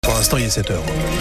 Pour l'instant, il est 7h.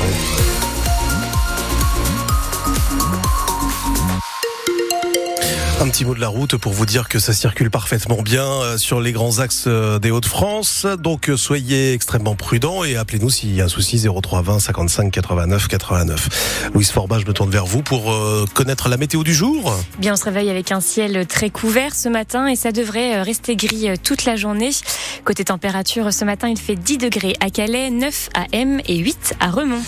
Un petit mot de la route pour vous dire que ça circule parfaitement bien sur les grands axes des Hauts-de-France. Donc soyez extrêmement prudents et appelez-nous s'il y a un souci 03 20 55 89 89. Louise Forbat, je me tourne vers vous pour connaître la météo du jour. Bien, on se réveille avec un ciel très couvert ce matin et ça devrait rester gris toute la journée. Côté température, ce matin, il fait 10 degrés à Calais, 9 à M et 8 à Remont.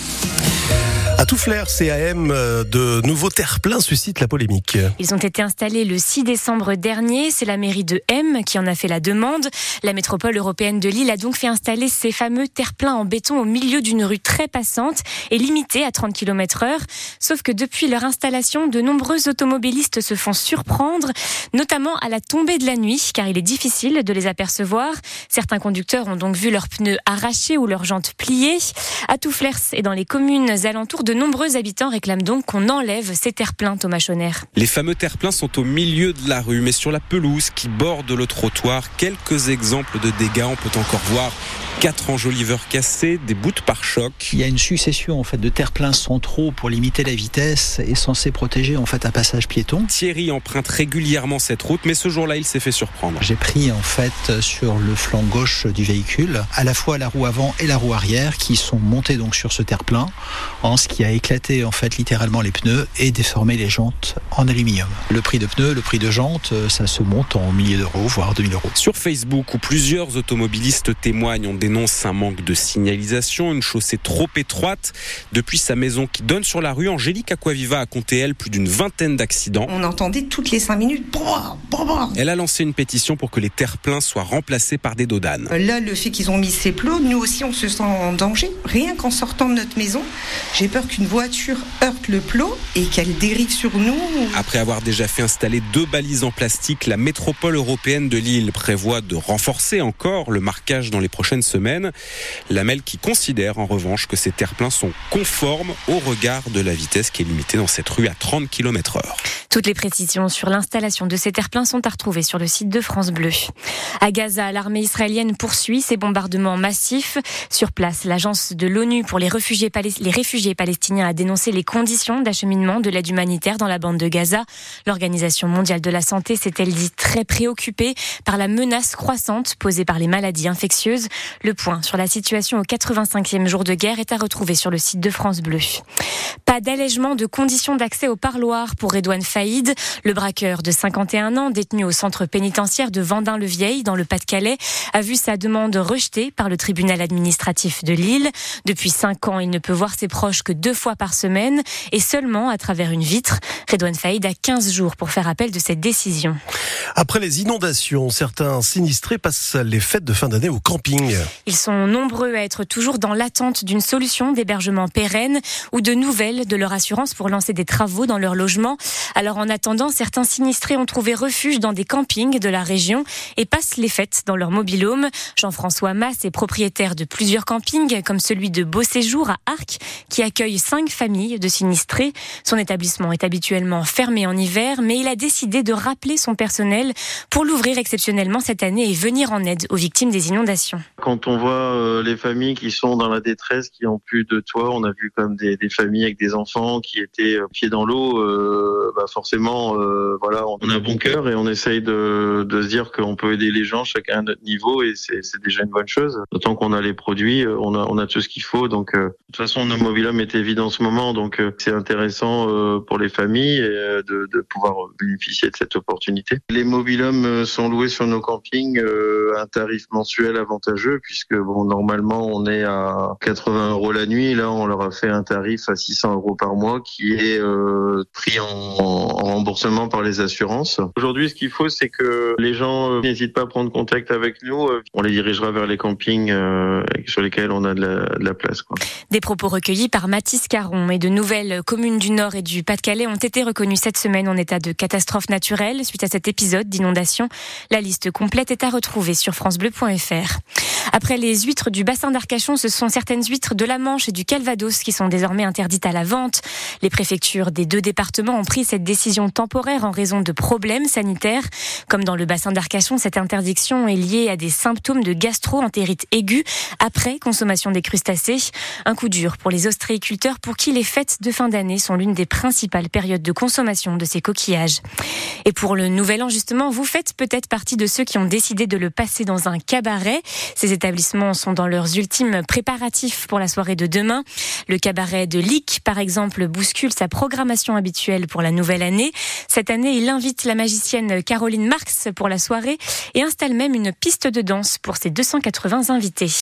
À Touflair, CAM, de nouveaux terre-pleins suscitent la polémique. Ils ont été installés le 6 décembre dernier. C'est la mairie de M qui en a fait la demande. La métropole européenne de Lille a donc fait installer ces fameux terre-pleins en béton au milieu d'une rue très passante et limitée à 30 km/h. Sauf que depuis leur installation, de nombreux automobilistes se font surprendre, notamment à la tombée de la nuit, car il est difficile de les apercevoir. Certains conducteurs ont donc vu leurs pneus arrachés ou leurs jantes pliées. À Touflair et dans les communes alentours, de nombreux habitants réclament donc qu'on enlève ces terre-pleins, Thomas Schoner. Les fameux terre-pleins sont au milieu de la rue, mais sur la pelouse qui borde le trottoir. Quelques exemples de dégâts, on peut encore voir 4 enjoliveurs cassés, des bouts de pare-choc. Il y a une succession de terre-pleins centraux pour limiter la vitesse et censés protéger un passage piéton. Thierry emprunte régulièrement cette route, mais ce jour-là, il s'est fait surprendre. J'ai pris sur le flanc gauche du véhicule à la fois la roue avant et la roue arrière qui sont montées donc sur ce terre-plein, ce qui a éclaté littéralement les pneus et déformé les jantes en aluminium. Le prix de pneus, le prix de jantes, ça se monte en milliers d'euros, voire 2000 euros. Sur Facebook, où plusieurs automobilistes témoignent, on dénonce un manque de signalisation, une chaussée trop étroite. Depuis sa maison qui donne sur la rue, Angélique Aquaviva a compté, elle, plus d'une vingtaine d'accidents. On entendait toutes les 5 minutes. Elle a lancé une pétition pour que les terre-pleins soient remplacés par des dodanes. Là, le fait qu'ils ont mis ces plots, nous aussi, on se sent en danger. Rien qu'en sortant de notre maison, j'ai peur qu'une voiture heurte le plot et qu'elle dérive sur nous. Après avoir déjà fait installer 2 balises en plastique, la métropole européenne de Lille prévoit de renforcer encore le marquage dans les prochaines semaines. La MEL qui considère en revanche que ces terre-pleins sont conformes au regard de la vitesse qui est limitée dans cette rue à 30 km/h. Toutes les précisions sur l'installation de ces terre-pleins sont à retrouver sur le site de France Bleu. À Gaza, l'armée israélienne poursuit ses bombardements massifs. Sur place, l'agence de l'ONU pour les réfugiés palestiniens a dénoncé les conditions d'acheminement de l'aide humanitaire dans la bande de Gaza. L'Organisation mondiale de la santé s'est-elle dit très préoccupée par la menace croissante posée par les maladies infectieuses. Le point sur la situation au 85e jour de guerre est à retrouver sur le site de France Bleu. Pas d'allègement de conditions d'accès au parloir pour Redouane Faïd. Le braqueur de 51 ans, détenu au centre pénitentiaire de Vendin-le-Vieil, dans le Pas-de-Calais, a vu sa demande rejetée par le tribunal administratif de Lille. Depuis 5 ans, il ne peut voir ses proches que 2 fois par semaine et seulement à travers une vitre. Redouane Faïd a 15 jours pour faire appel de cette décision. Après les inondations, certains sinistrés passent les fêtes de fin d'année au camping. Ils sont nombreux à être toujours dans l'attente d'une solution d'hébergement pérenne ou de nouvelles de leur assurance pour lancer des travaux dans leur logement. Alors en attendant, certains sinistrés ont trouvé refuge dans des campings de la région et passent les fêtes dans leur mobil-home. Jean-François Masse est propriétaire de plusieurs campings, comme celui de Beau Séjour à Arques, qui accueille 5 familles de sinistrés. Son établissement est habituellement fermé en hiver, mais il a décidé de rappeler son personnel pour l'ouvrir exceptionnellement cette année et venir en aide aux victimes des inondations. Quand on voit les familles qui sont dans la détresse, qui ont plus de toit, on a vu comme des familles avec des enfants qui étaient pieds dans l'eau, forcément, on a bon cœur et on essaye de se dire qu'on peut aider les gens chacun à notre niveau et c'est déjà une bonne chose. D'autant qu'on a les produits, on a tout ce qu'il faut. Donc, de toute façon, nos mobil-homes étaient vides en ce moment, donc c'est intéressant pour les familles de pouvoir bénéficier de cette opportunité. Les mobil-homes sont loués sur nos campings à un tarif mensuel avantageux puisque normalement on est à 80 € la nuit. Là, on leur a fait un tarif à 600 € par mois qui est pris en remboursement par les assurances. Aujourd'hui, ce qu'il faut, c'est que les gens n'hésitent pas à prendre contact avec nous. On les dirigera vers les campings sur lesquels on a de la place. Des propos recueillis par Mathilde Montmorency-Scarron et de nouvelles communes du Nord et du Pas-de-Calais ont été reconnues cette semaine en état de catastrophe naturelle suite à cet épisode d'inondation. La liste complète est à retrouver sur francebleu.fr. Après les huîtres du bassin d'Arcachon, ce sont certaines huîtres de la Manche et du Calvados qui sont désormais interdites à la vente. Les préfectures des 2 départements ont pris cette décision temporaire en raison de problèmes sanitaires. Comme dans le bassin d'Arcachon, cette interdiction est liée à des symptômes de gastro-entérite aiguë après consommation des crustacés. Un coup dur pour les ostréiculteurs pour qui les fêtes de fin d'année sont l'une des principales périodes de consommation de ces coquillages. Et pour le Nouvel An, justement, vous faites peut-être partie de ceux qui ont décidé de le passer dans un cabaret. Ces établissements sont dans leurs ultimes préparatifs pour la soirée de demain. Le cabaret de Lic, par exemple, bouscule sa programmation habituelle pour la nouvelle année. Cette année, il invite la magicienne Caroline Marx pour la soirée et installe même une piste de danse pour ses 280 invités.